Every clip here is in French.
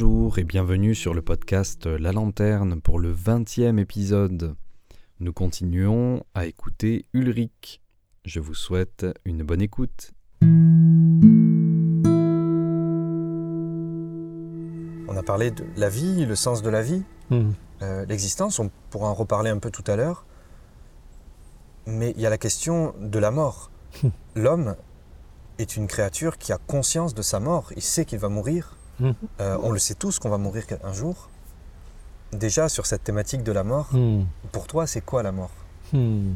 Bonjour et bienvenue sur le podcast La Lanterne pour le 20e épisode. Nous continuons à écouter Ulrich. Je vous souhaite une bonne écoute. On a parlé de la vie, le sens de la vie, l'existence, on pourra en reparler un peu tout à l'heure. Mais il y a la question de la mort. L'homme est une créature qui a conscience de sa mort, il sait qu'il va mourir. On le sait tous qu'on va mourir un jour. Déjà, sur cette thématique de la mort, pour toi, c'est quoi la mort ? Il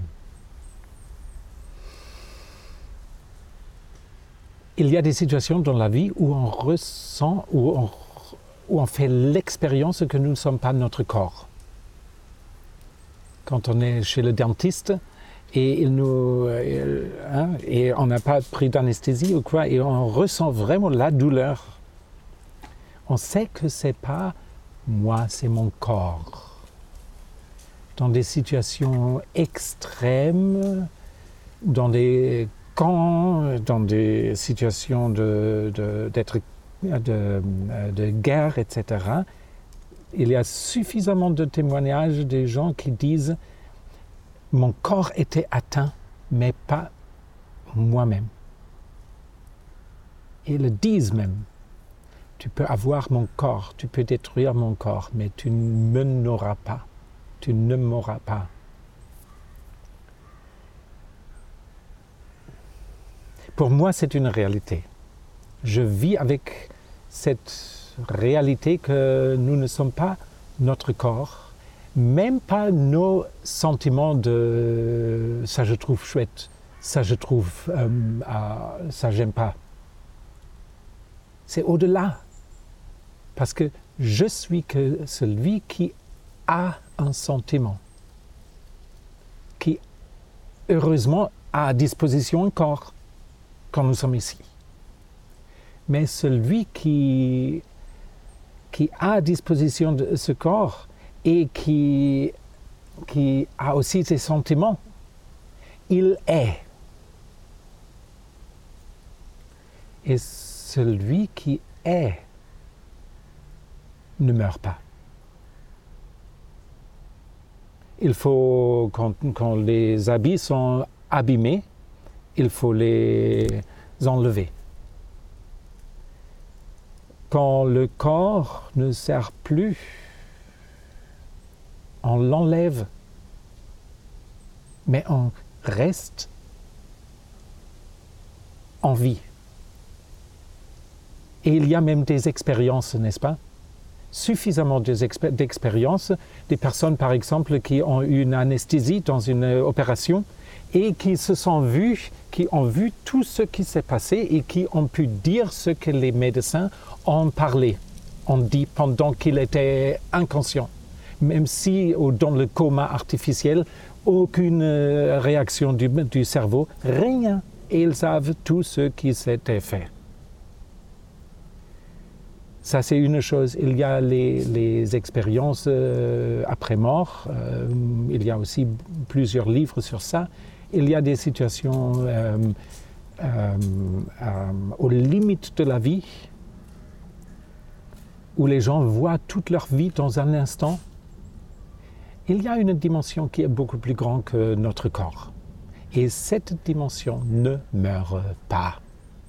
y a des situations dans la vie où on ressent, où on fait l'expérience que nous ne sommes pas notre corps. Quand on est chez le dentiste et et on n'a pas pris d'anesthésie ou quoi, et on ressent vraiment la douleur. On sait que c'est pas moi, c'est mon corps. Dans des situations extrêmes, dans des camps, dans des situations de guerre, etc., il y a suffisamment de témoignages des gens qui disent « Mon corps était atteint, mais pas moi-même ». Ils le disent même. Tu peux avoir mon corps, tu peux détruire mon corps, mais tu ne m'auras pas. Tu ne m'auras pas. Pour moi, c'est une réalité. Je vis avec cette réalité que nous ne sommes pas notre corps, même pas nos sentiments de « ça je trouve chouette », « ça je trouve… ça j'aime pas ». C'est au-delà. Parce que je suis que celui qui a un sentiment, qui heureusement a à disposition un corps quand nous sommes ici. Mais celui qui a à disposition de ce corps et qui a aussi ses sentiments, il est. Et celui qui est ne meurt pas. Il faut, quand les habits sont abîmés, il faut les enlever. Quand le corps ne sert plus, on l'enlève, mais on reste en vie. Et il y a même des expériences, n'est-ce pas ? Suffisamment d'expériences, des personnes par exemple qui ont eu une anesthésie dans une opération et qui se sont vues, qui ont vu tout ce qui s'est passé et qui ont pu dire ce que les médecins ont parlé, ont dit pendant qu'il était inconscient. Même si dans le coma artificiel, aucune réaction du cerveau, rien. Et ils savent tout ce qui s'était fait. Ça, c'est une chose. Il y a les expériences après mort. Il y a aussi plusieurs livres sur ça. Il y a des situations aux limites de la vie où les gens voient toute leur vie dans un instant. Il y a une dimension qui est beaucoup plus grande que notre corps. Et cette dimension ne meurt pas.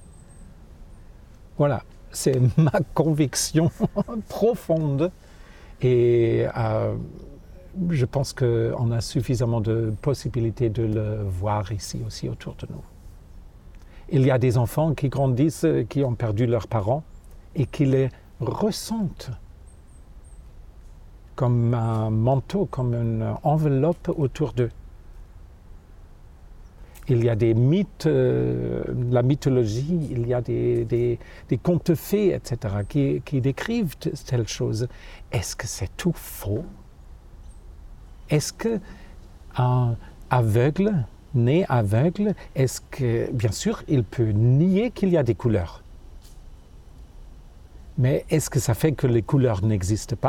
Voilà. C'est ma conviction profonde et je pense qu'on a suffisamment de possibilités de le voir ici aussi autour de nous. Il y a des enfants qui grandissent, qui ont perdu leurs parents et qui les ressentent comme un manteau, comme une enveloppe autour d'eux. Il y a des mythes, la mythologie, il y a des contes de fées, etc., qui décrivent telle chose. Est-ce que c'est tout faux ? Est-ce qu'un aveugle, né aveugle, est-ce que, bien sûr, il peut nier qu'il y a des couleurs. Mais est-ce que ça fait que les couleurs n'existent pas ?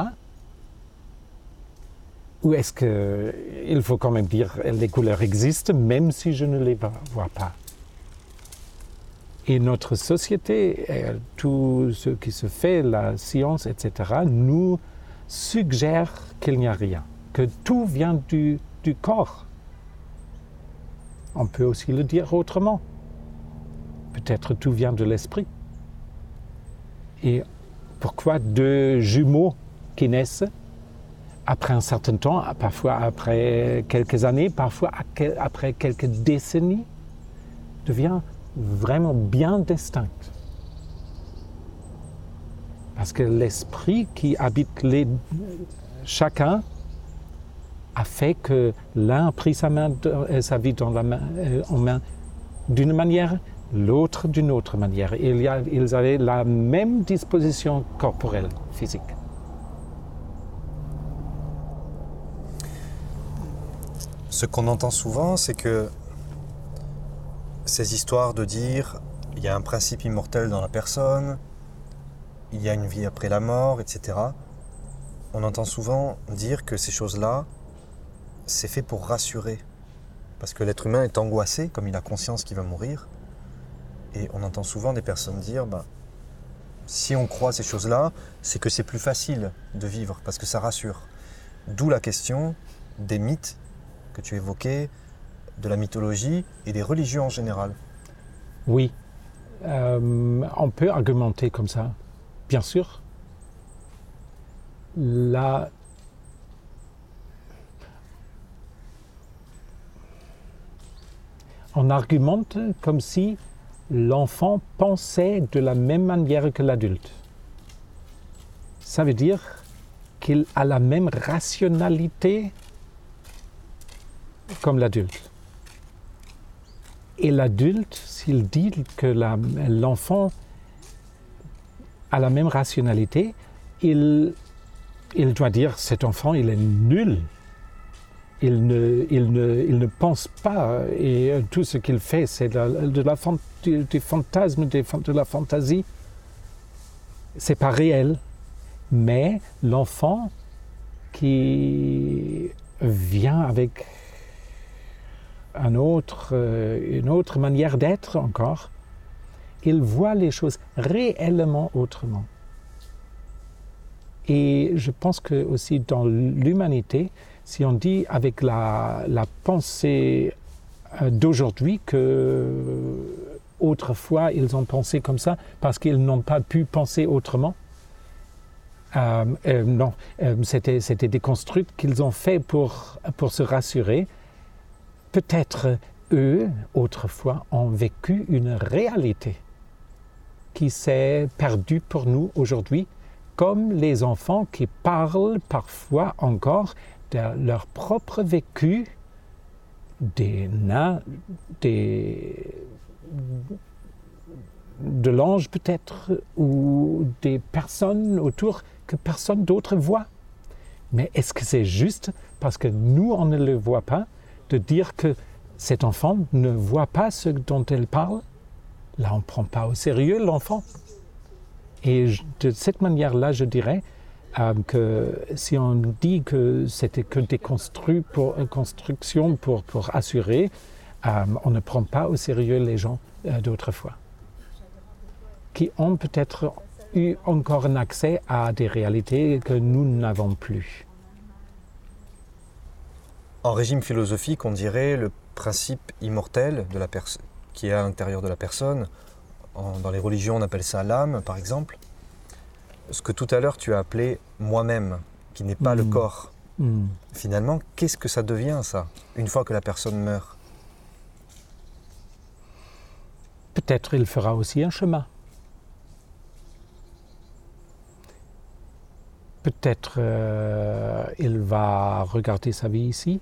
Ou est-ce qu'il faut quand même dire que les couleurs existent, même si je ne les vois pas ? Et notre société, tout ce qui se fait, la science, etc., nous suggère qu'il n'y a rien, que tout vient du corps. On peut aussi le dire autrement. Peut-être tout vient de l'esprit. Et pourquoi deux jumeaux qui naissent après un certain temps, parfois après quelques années, parfois après quelques décennies, deviennent vraiment bien distincts? Parce que l'esprit qui habite chacun a fait que l'un a pris sa vie en main d'une manière, l'autre d'une autre manière. Ils avaient la même disposition corporelle, physique. Ce qu'on entend souvent, c'est que ces histoires de dire il y a un principe immortel dans la personne, il y a une vie après la mort, etc. On entend souvent dire que ces choses-là, c'est fait pour rassurer. Parce que l'être humain est angoissé, comme il a conscience qu'il va mourir. Et on entend souvent des personnes dire, si on croit ces choses-là, c'est que c'est plus facile de vivre, parce que ça rassure. D'où la question des mythes que tu évoquais, de la mythologie et des religions en général. Oui, on peut argumenter comme ça, bien sûr. On argumente comme si l'enfant pensait de la même manière que l'adulte. Ça veut dire qu'il a la même rationalité comme l'adulte. Et l'adulte, s'il dit que l'enfant a la même rationalité, il doit dire cet enfant, il est nul. Il ne pense pas et tout ce qu'il fait, c'est du fantasme, de la fantaisie. C'est pas réel. Mais l'enfant qui vient avec une autre manière d'être encore, il voit les choses réellement autrement. Et je pense que aussi dans l'humanité, si on dit avec la pensée d'aujourd'hui que autrefois ils ont pensé comme ça parce qu'ils n'ont pas pu penser autrement, non, c'était des constructs qu'ils ont fait pour se rassurer. Peut-être eux, autrefois, ont vécu une réalité qui s'est perdue pour nous aujourd'hui, comme les enfants qui parlent parfois encore de leur propre vécu, de l'ange peut-être, ou des personnes autour que personne d'autre voit. Mais est-ce que c'est juste parce que nous, on ne le voit pas, de dire que cet enfant ne voit pas ce dont elle parle? Là, on ne prend pas au sérieux l'enfant. Et de cette manière-là, je dirais que si on dit que c'était que des constructions pour assurer, on ne prend pas au sérieux les gens d'autrefois, qui ont peut-être eu encore un accès à des réalités que nous n'avons plus. En régime philosophique, on dirait le principe immortel de qui est à l'intérieur de la personne. Dans les religions, on appelle ça l'âme, par exemple. Ce que tout à l'heure tu as appelé moi-même, qui n'est pas le corps. Finalement, qu'est-ce que ça devient, ça, une fois que la personne meurt? Peut-être il fera aussi un chemin. Peut-être il va regarder sa vie ici.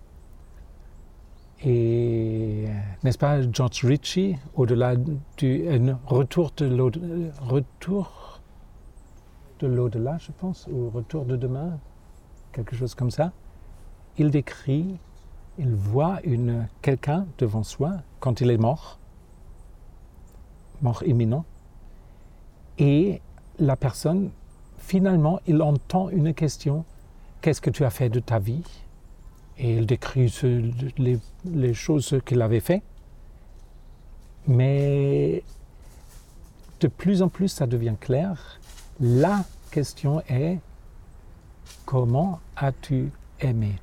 Et n'est-ce pas George Ritchie, au-delà du retour de l'au-delà, je pense, ou retour de demain, quelque chose comme ça. Il décrit, il voit quelqu'un devant soi quand il est mort imminent, et la personne, finalement, il entend une question: qu'est-ce que tu as fait de ta vie? Et il décrit les choses qu'il avait fait. Mais de plus en plus ça devient clair. La question est, comment as-tu aimé?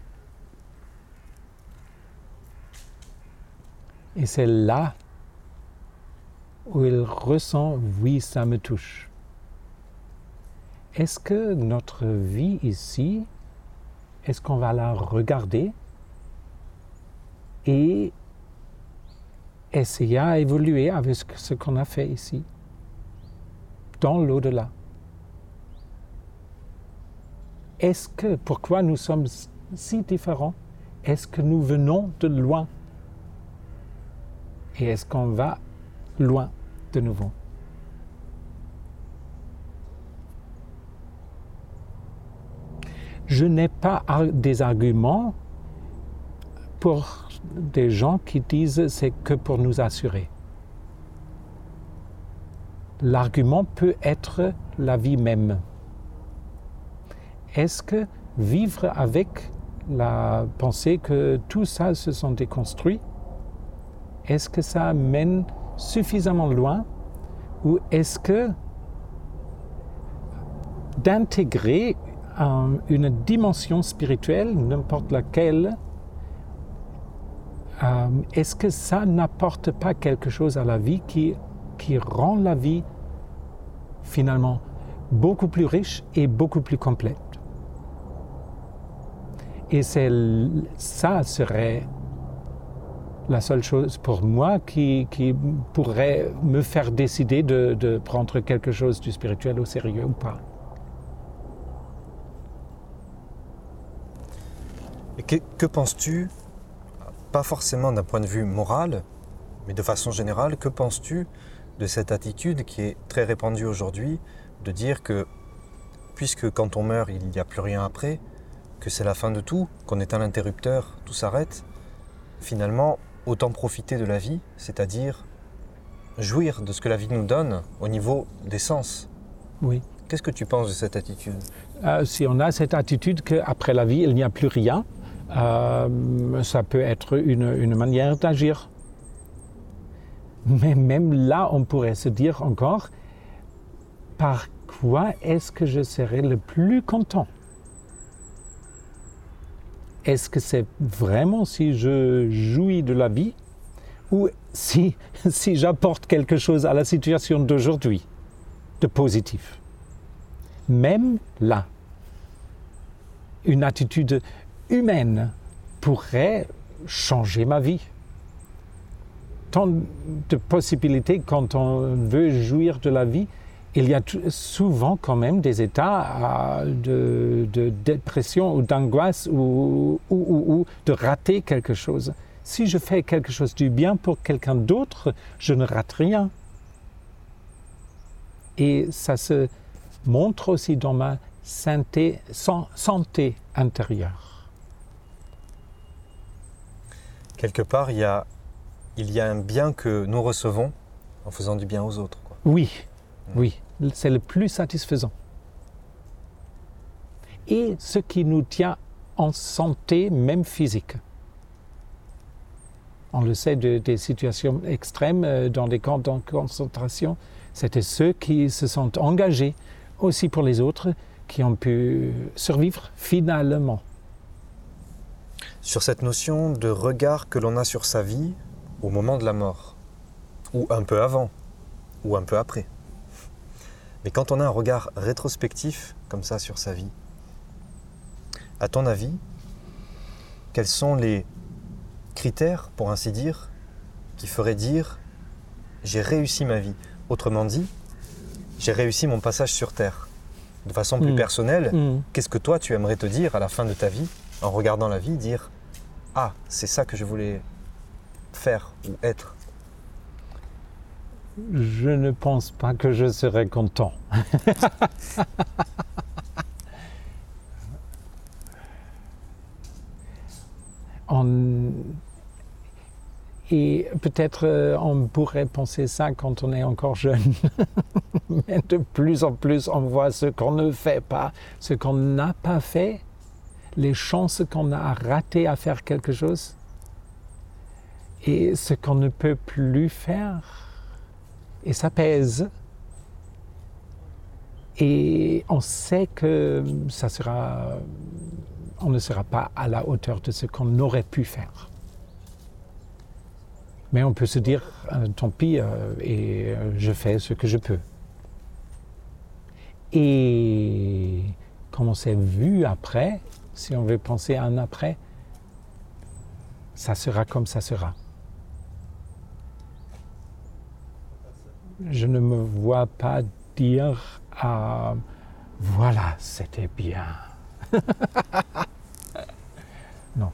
Et c'est là où il ressent, oui, ça me touche. Est-ce que notre vie ici, est-ce qu'on va la regarder et essayer à évoluer avec ce qu'on a fait ici, dans l'au-delà? Est-ce que, pourquoi nous sommes si différents? Est-ce que nous venons de loin? Et est-ce qu'on va loin de nouveau? Je n'ai pas des arguments pour des gens qui disent c'est que pour nous assurer. L'argument peut être la vie même. Est-ce que vivre avec la pensée que tout ça se sont déconstruits, est-ce que ça mène suffisamment loin ou est-ce que d'intégrer une dimension spirituelle, n'importe laquelle, est-ce que ça n'apporte pas quelque chose à la vie qui rend la vie finalement beaucoup plus riche et beaucoup plus complète? Et ça serait la seule chose pour moi qui pourrait me faire décider de prendre quelque chose du spirituel au sérieux ou pas. Et que penses-tu, pas forcément d'un point de vue moral, mais de façon générale, que penses-tu de cette attitude qui est très répandue aujourd'hui, de dire que, puisque quand on meurt, il n'y a plus rien après, que c'est la fin de tout, qu'on éteint l'interrupteur, tout s'arrête, finalement, autant profiter de la vie, c'est-à-dire jouir de ce que la vie nous donne au niveau des sens. Oui. Qu'est-ce que tu penses de cette attitude? Si on a cette attitude qu'après la vie, il n'y a plus rien, ça peut être une manière d'agir. Mais même là, on pourrait se dire encore, par quoi est-ce que je serai le plus content? Est-ce que c'est vraiment si je jouis de la vie ou si j'apporte quelque chose à la situation d'aujourd'hui de positif? Même là, une attitude humaine pourrait changer ma vie. Tant de possibilités quand on veut jouir de la vie. Il y a souvent quand même des états de dépression ou d'angoisse ou de rater quelque chose. Si je fais quelque chose du bien pour quelqu'un d'autre, je ne rate rien. Et ça se montre aussi dans ma santé intérieure. Quelque part, il y a un bien que nous recevons en faisant du bien aux autres, quoi. Oui, c'est le plus satisfaisant. Et ce qui nous tient en santé, même physique. On le sait des situations extrêmes dans des camps de concentration, c'était ceux qui se sont engagés aussi pour les autres qui ont pu survivre finalement. Sur cette notion de regard que l'on a sur sa vie au moment de la mort, ou un peu avant, ou un peu après. Mais quand on a un regard rétrospectif comme ça sur sa vie, à ton avis, quels sont les critères, pour ainsi dire, qui feraient dire « j'ai réussi ma vie ». Autrement dit, j'ai réussi mon passage sur Terre. De façon plus personnelle, qu'est-ce que toi tu aimerais te dire à la fin de ta vie, en regardant la vie, dire « ah, c'est ça que je voulais faire ou être ». Je ne pense pas que je serais content. Et peut-être on pourrait penser ça quand on est encore jeune. Mais de plus en plus, on voit ce qu'on ne fait pas, ce qu'on n'a pas fait, les chances qu'on a ratées à faire quelque chose et ce qu'on ne peut plus faire. Et ça pèse. Et on sait que on ne sera pas à la hauteur de ce qu'on aurait pu faire. Mais on peut se dire, tant pis, et je fais ce que je peux. Et comme on s'est vu après, si on veut penser à un après, ça sera comme ça sera. Je ne me vois pas dire voilà, c'était bien. Non.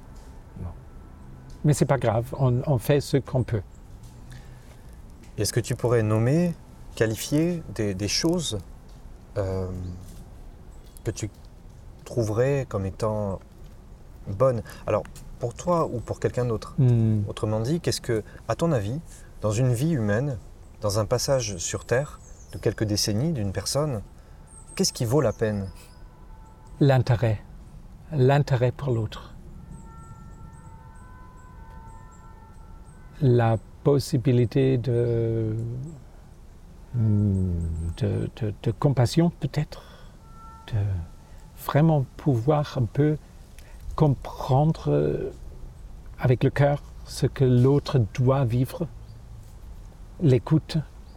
Mais c'est pas grave, on fait ce qu'on peut. Est-ce que tu pourrais nommer, qualifier des choses que tu trouverais comme étant bonnes? Alors, pour toi ou pour quelqu'un d'autre. Autrement dit, qu'est-ce que, à ton avis, dans une vie humaine, dans un passage sur Terre de quelques décennies d'une personne, qu'est-ce qui vaut la peine? L'intérêt pour l'autre. La possibilité de compassion peut-être, de vraiment pouvoir un peu comprendre avec le cœur ce que l'autre doit vivre, l'écoute,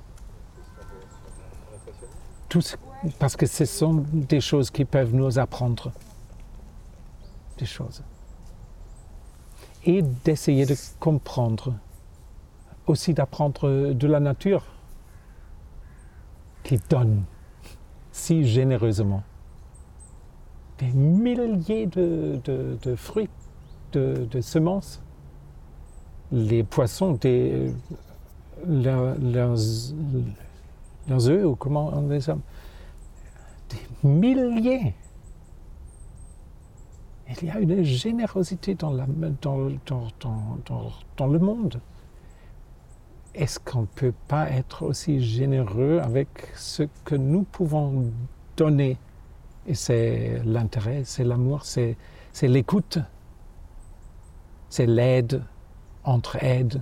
parce que ce sont des choses qui peuvent nous apprendre des choses. Et d'essayer de comprendre, aussi d'apprendre de la nature qui donne si généreusement des milliers de fruits, de semences. Les poissons, leurs œufs, ou comment on les appelle, des milliers. Il y a une générosité dans le monde. Est-ce qu'on ne peut pas être aussi généreux avec ce que nous pouvons donner? Et c'est l'intérêt, c'est l'amour, c'est l'écoute, c'est l'aide, entraide.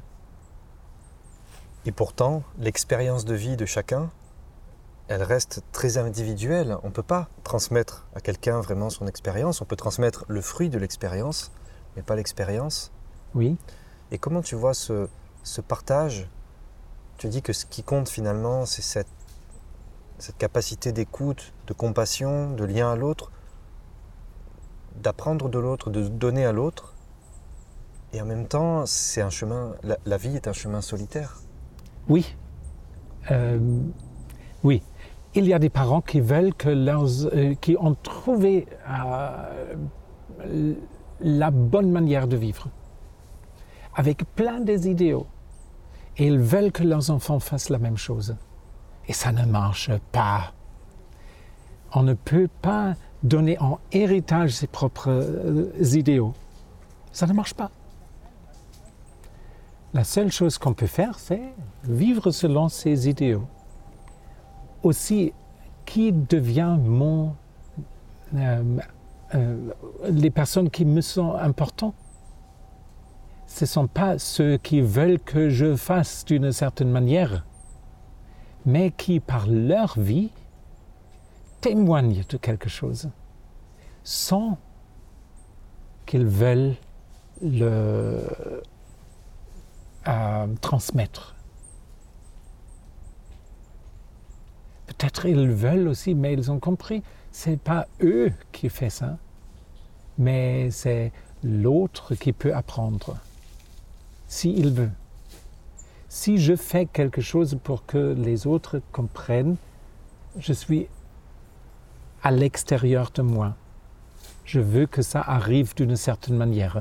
Et pourtant, l'expérience de vie de chacun, elle reste très individuelle. On ne peut pas transmettre à quelqu'un vraiment son expérience. On peut transmettre le fruit de l'expérience, mais pas l'expérience. Oui. Et comment tu vois ce partage? Tu dis que ce qui compte finalement, c'est cette capacité d'écoute, de compassion, de lien à l'autre, d'apprendre de l'autre, de donner à l'autre. Et en même temps, c'est un chemin. La vie est un chemin solitaire. Oui. Oui. Il y a des parents qui veulent qui ont trouvé la bonne manière de vivre, avec plein des idéaux. Et ils veulent que leurs enfants fassent la même chose. Et ça ne marche pas. On ne peut pas donner en héritage ses propres idéaux. Ça ne marche pas. La seule chose qu'on peut faire, c'est vivre selon ses idéaux. Aussi, qui devient les personnes qui me sont importantes? Ce ne sont pas ceux qui veulent que je fasse d'une certaine manière, mais qui, par leur vie, témoignent de quelque chose, sans qu'ils veulent le transmettre. Peut-être ils veulent aussi, mais ils ont compris, ce n'est pas eux qui font ça, mais c'est l'autre qui peut apprendre, s'il veut. Si je fais quelque chose pour que les autres comprennent, je suis à l'extérieur de moi. Je veux que ça arrive d'une certaine manière.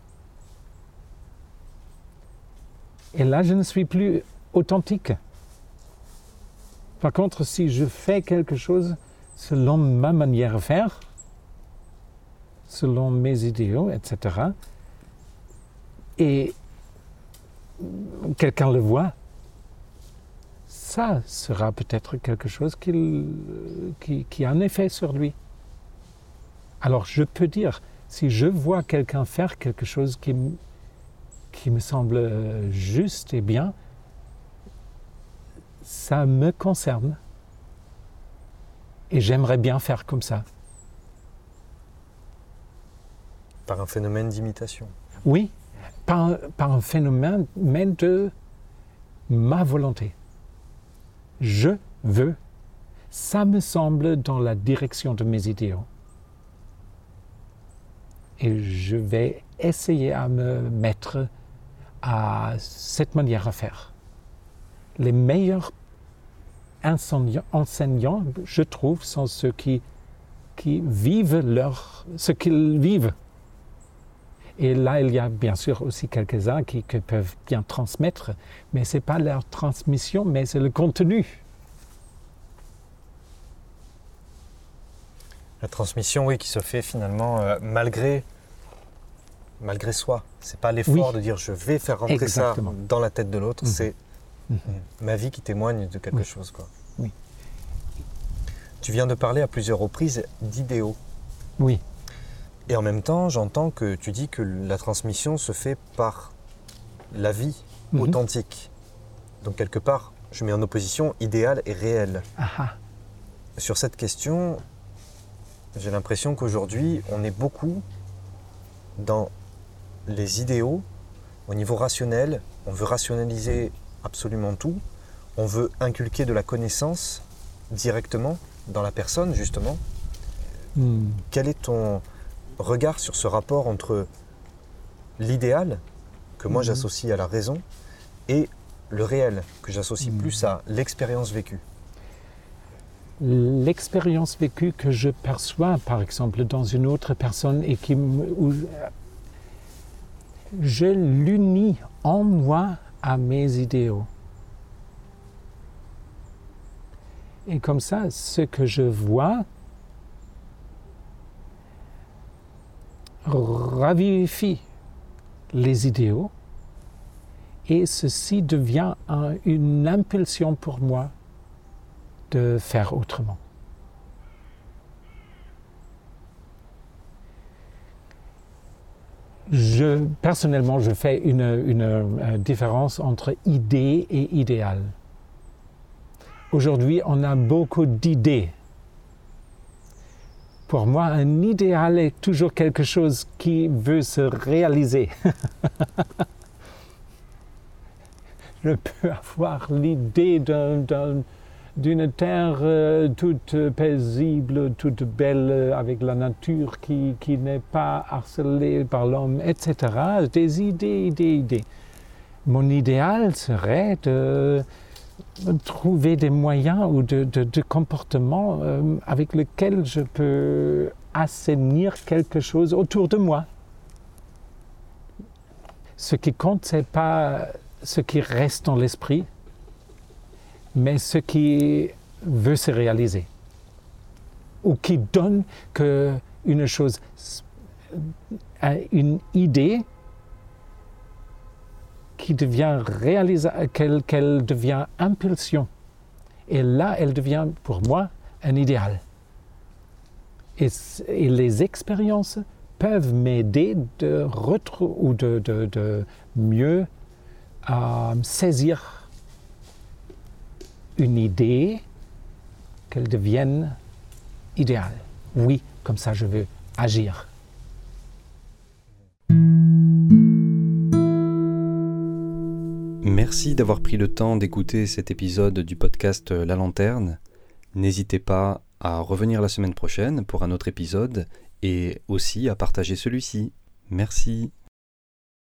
Et là, je ne suis plus authentique. Par contre, si je fais quelque chose selon ma manière de faire, selon mes idéaux, etc., et quelqu'un le voit, ça sera peut-être quelque chose qui a un effet sur lui. Alors je peux dire, si je vois quelqu'un faire quelque chose qui me semble juste et bien, ça me concerne. Et j'aimerais bien faire comme ça. Par un phénomène d'imitation. Oui, par un phénomène de ma volonté. Je veux, ça me semble dans la direction de mes idéaux. Et je vais essayer à me mettre à cette manière à faire. Les meilleurs enseignants, je trouve, sont ceux qui vivent ce qu'ils vivent. Et là, il y a bien sûr aussi quelques-uns qui peuvent bien transmettre, mais ce n'est pas leur transmission, mais c'est le contenu. La transmission, oui, qui se fait finalement malgré soi. C'est pas l'effort de dire je vais faire rentrer Exactement. Ça dans la tête de l'autre, c'est ma vie qui témoigne de quelque chose, quoi. Oui. Tu viens de parler à plusieurs reprises d'idéaux. Oui. Et en même temps, j'entends que tu dis que la transmission se fait par la vie authentique. Donc quelque part, je mets en opposition idéal et réel. Aha. Sur cette question, j'ai l'impression qu'aujourd'hui, on est beaucoup dans les idéaux au niveau rationnel. On veut rationaliser absolument tout. On veut inculquer de la connaissance directement dans la personne, justement. Quel est ton regard sur ce rapport entre l'idéal, que moi j'associe à la raison, et le réel, que j'associe plus à l'expérience vécue? L'expérience vécue que je perçois, par exemple, dans une autre personne et où je l'unis en moi à mes idéaux. Et comme ça, ce que je vois ravivifie les idéaux et ceci devient une impulsion pour moi de faire autrement. Personnellement, je fais une différence entre idée et idéal. Aujourd'hui, on a beaucoup d'idées. Pour moi, un idéal est toujours quelque chose qui veut se réaliser. Je peux avoir l'idée d'une terre toute paisible, toute belle, avec la nature qui n'est pas harcelée par l'homme, etc. Des idées. Mon idéal serait de trouver des moyens ou de comportements avec lesquels je peux assainir quelque chose autour de moi. Ce qui compte, ce n'est pas ce qui reste dans l'esprit, mais ce qui veut se réaliser, ou qui donne qu'une chose, une idée qui devient qu'elle devient impulsion. Et là, elle devient, pour moi, un idéal. Et les expériences peuvent m'aider de mieux saisir une idée, qu'elle devienne idéale. Oui, comme ça je veux agir. Merci d'avoir pris le temps d'écouter cet épisode du podcast La Lanterne. N'hésitez pas à revenir la semaine prochaine pour un autre épisode et aussi à partager celui-ci. Merci.